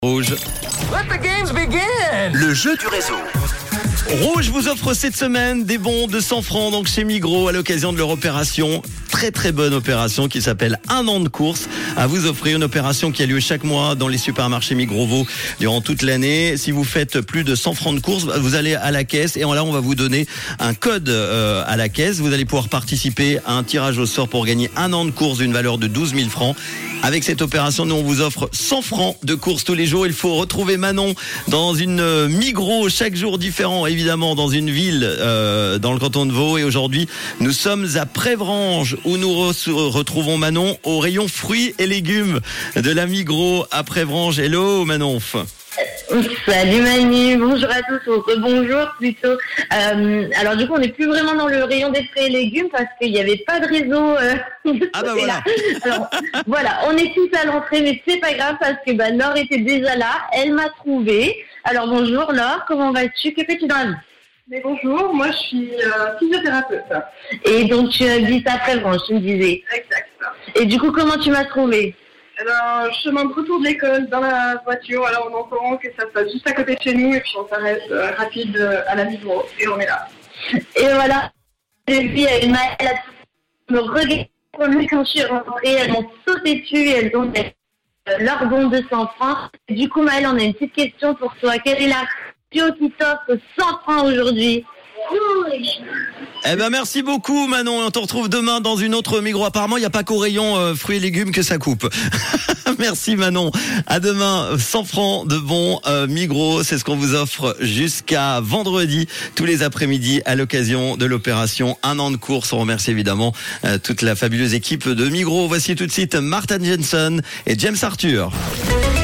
Rouge. Let the games begin. Le jeu du réseau. Rouge vous offre cette semaine des bons de 100 francs donc chez Migros à l'occasion de leur opération. Très bonne opération qui s'appelle 1 an de course. À vous offrir une opération qui a lieu chaque mois dans les supermarchés Migros Vaud durant toute l'année. Si vous faites plus de 100 francs de course, vous allez à la caisse et là on va vous donner un code à la caisse. Vous allez pouvoir participer à un tirage au sort pour gagner 1 an de course d'une valeur de 12 000 francs. Avec cette opération, nous on vous offre 100 francs de course tous les jours. Il faut retrouver Manon dans une Migros chaque jour différent, évidemment dans une ville dans le canton de Vaud. Et aujourd'hui, nous sommes à Prévrange où nous retrouvons Manon au rayon fruits et légumes de la Migros à Prévrange. Hello Manon. Salut Manu, bonjour à tous, bonjour plutôt. Alors du coup on n'est plus vraiment dans le rayon des fruits et légumes parce qu'il n'y avait pas de réseau voilà. Alors voilà, on est tous à l'entrée mais c'est pas grave parce que Laure était déjà là, elle m'a trouvé. Alors bonjour Laure, comment vas-tu? Que fais-tu dans la vie? Mais bonjour, moi je suis physiothérapeute. Et donc tu habites à Prévrange, tu me disais. Exact. Et du coup comment tu m'as trouvé? Chemin de retour de l'école dans la voiture, alors on entend que ça se passe juste à côté de chez nous et puis on s'arrête rapide à la Migros et on est là. Et voilà, j'ai vu Maëlle me regarder quand je suis rentrée, elles m'ont sauté dessus et elles ont leur don de 100 francs. Et du coup Maëlle, on a une petite question pour toi. Quelle est la radio qui t'offre 100 francs aujourd'hui? Merci beaucoup Manon. On te retrouve demain dans une autre Migros. Apparemment, il n'y a pas qu'au rayon fruits et légumes que ça coupe. Merci Manon. À demain, 100 francs de bons Migros. C'est ce qu'on vous offre jusqu'à vendredi, tous les après-midi, à l'occasion de l'opération 1 an de course. On remercie évidemment toute la fabuleuse équipe de Migros. Voici tout de suite Martin Jensen et James Arthur.